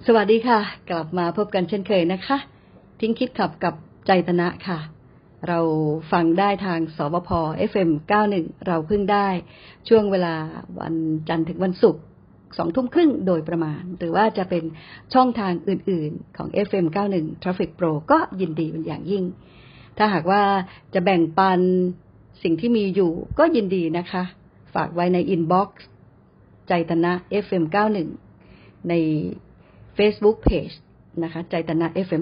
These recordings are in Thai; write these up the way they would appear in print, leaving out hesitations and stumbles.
สวัสดีค่ะกลับมาพบกันเช่นเคยนะคะทิ้งคิดขับกับใจตนะค่ะเราฟังได้ทางสบพ FM 91เราเพิ่งได้ช่วงเวลาวันจันทร์ถึงวันศุกร์20:30โดยประมาณหรือว่าจะเป็นช่องทางอื่นๆของ FM 91 Traffic Pro ก็ยินดีเป็นอย่างยิ่งถ้าหากว่าจะแบ่งปันสิ่งที่มีอยู่ก็ยินดีนะคะฝากไว้ในอินบ็อกซ์ใจตนะ FM 91ในFacebook Page นะคะใจตนะ FM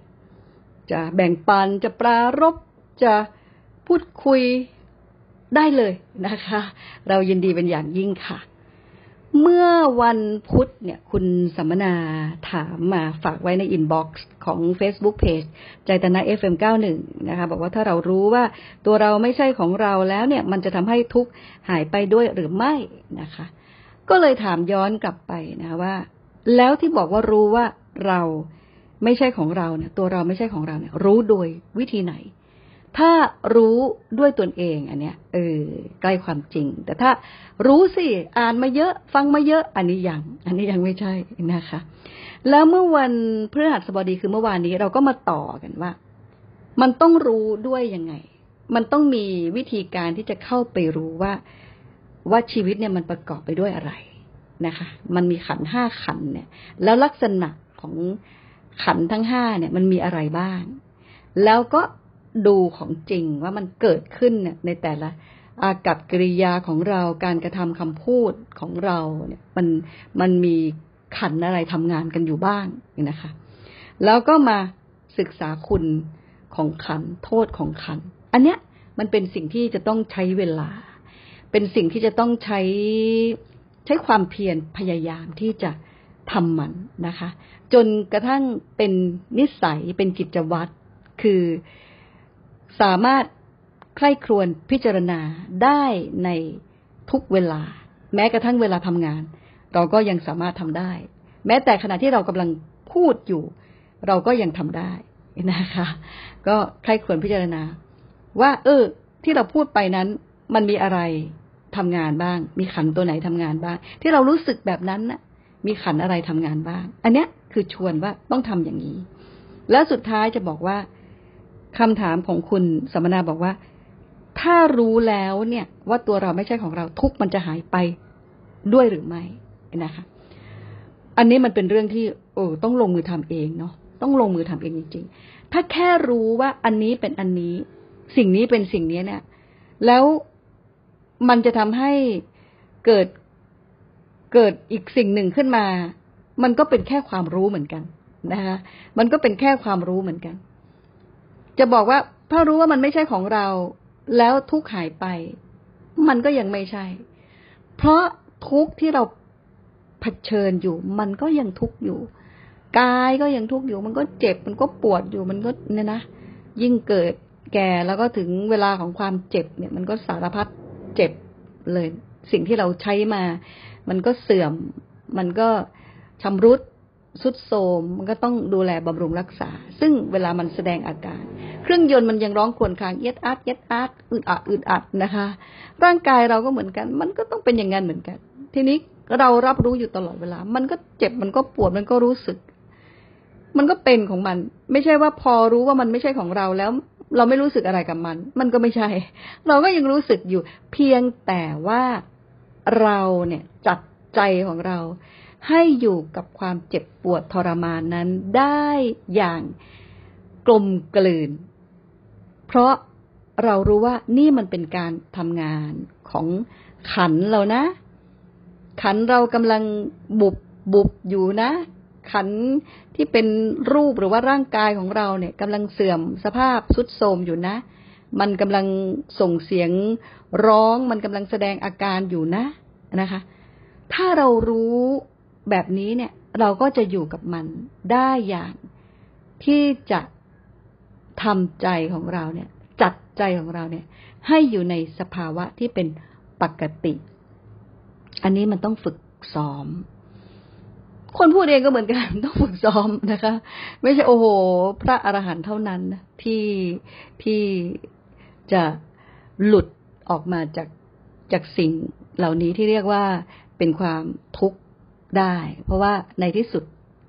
91จะแบ่งปันจะปรารภจะพูดคุยได้เลยนะคะเรายินดีเป็นอย่างยิ่งค่ะเมื่อวันพุธเนี่ยคุณสัมมนาถามมาฝากไว้ในอินบ็อกซ์ของ Facebook Page ใจตนะ FM 91นะคะบอกว่าถ้าเรารู้ว่าตัวเราไม่ใช่ของเราแล้วเนี่ยมันจะทำให้ทุกข์หายไปด้วยหรือไม่นะคะก็เลยถามย้อนกลับไปนะว่าแล้วที่บอกว่ารู้ว่าเราไม่ใช่ของเราเนี่ยตัวเราไม่ใช่ของเราเนี่ยรู้โดยวิธีไหนถ้ารู้ด้วยตนเองอันเนี้ยใกล้ความจริงแต่ถ้ารู้สิอ่านมาเยอะฟังมาเยอะอันนี้ยังไม่ใช่นะคะแล้วเมื่อวันพฤหัสบดีคือเมื่อวานนี้เราก็มาต่อกันว่ามันต้องรู้ด้วยยังไงมันต้องมีวิธีการที่จะเข้าไปรู้ว่าชีวิตเนี่ยมันประกอบไปด้วยอะไรนะคะมันมีขันธ์5ขันธ์เนี่ยแล้วลักษณะของขันธ์ทั้ง5เนี่ยมันมีอะไรบ้างแล้วก็ดูของจริงว่ามันเกิดขึ้นเนี่ยในแต่ละอากัปกิริยาของเราการกระทำคำพูดของเราเนี่ยมันมีขันธ์อะไรทำงานกันอยู่บ้างนะคะแล้วก็มาศึกษาคุณของขันธ์โทษของขันธ์อันเนี้ยมันเป็นสิ่งที่จะต้องใช้เวลาเป็นสิ่งที่จะต้องใช้ความเพียรพยายามที่จะทำมันนะคะจนกระทั่งเป็นนิสัยเป็นกิจวัตรคือสามารถใคร่ครวญพิจารณาได้ในทุกเวลาแม้กระทั่งเวลาทำงานเราก็ยังสามารถทำได้แม้แต่ขณะที่เรากำลังพูดอยู่เราก็ยังทำได้นะคะก็ใคร่ครวญพิจารณาว่าที่เราพูดไปนั้นมันมีอะไรทำงานบ้างมีขันธ์ตัวไหนทำงานบ้างที่เรารู้สึกแบบนั้นน่ะมีขันธ์อะไรทำงานบ้างอันเนี้ยคือชวนว่าต้องทำอย่างนี้แล้วสุดท้ายจะบอกว่าคำถามของคุณสัมมนาบอกว่าถ้ารู้แล้วเนี่ยว่าตัวเราไม่ใช่ของเราทุกข์มันจะหายไปด้วยหรือไม่นะคะอันนี้มันเป็นเรื่องที่ต้องลงมือทำเองเนาะต้องลงมือทำเองจริงๆถ้าแค่รู้ว่าอันนี้เป็นอันนี้สิ่งนี้เป็นสิ่งนี้เนี่ยแล้วมันจะทำให้เกิดอีกสิ่งหนึ่งขึ้นมามันก็เป็นแค่ความรู้เหมือนกันนะคะมันก็เป็นแค่ความรู้เหมือนกันจะบอกว่าถ้ารู้ว่ามันไม่ใช่ของเราแล้วทุกข์หายไปมันก็ยังไม่ใช่เพราะทุกข์ที่เราเผชิญอยู่มันก็ยังทุกข์อยู่กายก็ยังทุกข์อยู่มันก็เจ็บมันก็ปวดอยู่มันก็เนี่ยนะยิ่งเกิดแก่แล้วก็ถึงเวลาของความเจ็บเนี่ยมันก็สารพัดเจ็บเลยสิ่งที่เราใช้มามันก็เสื่อมมันก็ชำรุดทรุดโทรมมันก็ต้องดูแลบำรุงรักษาซึ่งเวลามันแสดงอาการเครื่องยนต์มันยังร้องครวญครางเย็ดอัดอึดอัดนะคะร่างกายเราก็เหมือนกันมันก็ต้องเป็นอย่างนั้นเหมือนกันทีนี้เรารับรู้อยู่ตลอดเวลามันก็เจ็บมันก็ปวดมันก็รู้สึกมันก็เป็นของมันไม่ใช่ว่าพอรู้ว่ามันไม่ใช่ของเราแล้วเราไม่รู้สึกอะไรกับมันก็ไม่ใช่เราก็ยังรู้สึกอยู่เพียงแต่ว่าเราเนี่ยจัดใจของเราให้อยู่กับความเจ็บปวดทรมานนั้นได้อย่างกลมกลืนเพราะเรารู้ว่านี่มันเป็นการทำงานของขันธ์เรานะขันธ์เรากำลังบุบอยู่นะขันธ์ที่เป็นรูปหรือว่าร่างกายของเราเนี่ยกำลังเสื่อมสภาพทรุดโทรมอยู่นะมันกำลังส่งเสียงร้องมันกำลังแสดงอาการอยู่นะคะถ้าเรารู้แบบนี้เนี่ยเราก็จะอยู่กับมันได้อย่างที่จะทำใจของเราเนี่ยจัดใจของเราเนี่ยให้อยู่ในสภาวะที่เป็นปกติอันนี้มันต้องฝึกซ้อมคนพูดเองก็เหมือนกันต้องฝึกซ้อมนะคะไม่ใช่โอ้โหพระอรหันต์เท่านั้นนะที่จะหลุดออกมาจากสิ่งเหล่านี้ที่เรียกว่าเป็นความทุกข์ได้เพราะว่าในที่สุด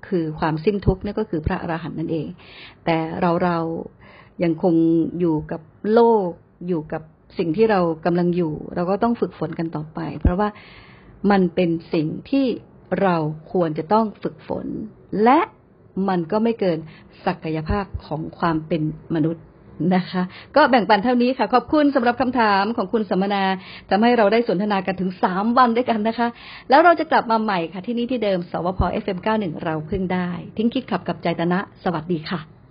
คือความสิ้นทุกข์นั่นก็คือพระอรหันต์นั่นเองแต่เรายังคงอยู่กับโลกอยู่กับสิ่งที่เรากำลังอยู่เราก็ต้องฝึกฝนกันต่อไปเพราะว่ามันเป็นสิ่งที่เราควรจะต้องฝึกฝนและมันก็ไม่เกินศักยภาพของความเป็นมนุษย์นะคะก็แบ่งปันเท่านี้ค่ะขอบคุณสำหรับคำถามของคุณสัมมนาทำให้เราได้สนทนากันถึง3วันด้วยกันนะคะแล้วเราจะกลับมาใหม่ค่ะที่นี่ที่เดิมสวพ FM 91เราพึ่งได้ทิ้งคิดขับกับใจตนะสวัสดีค่ะ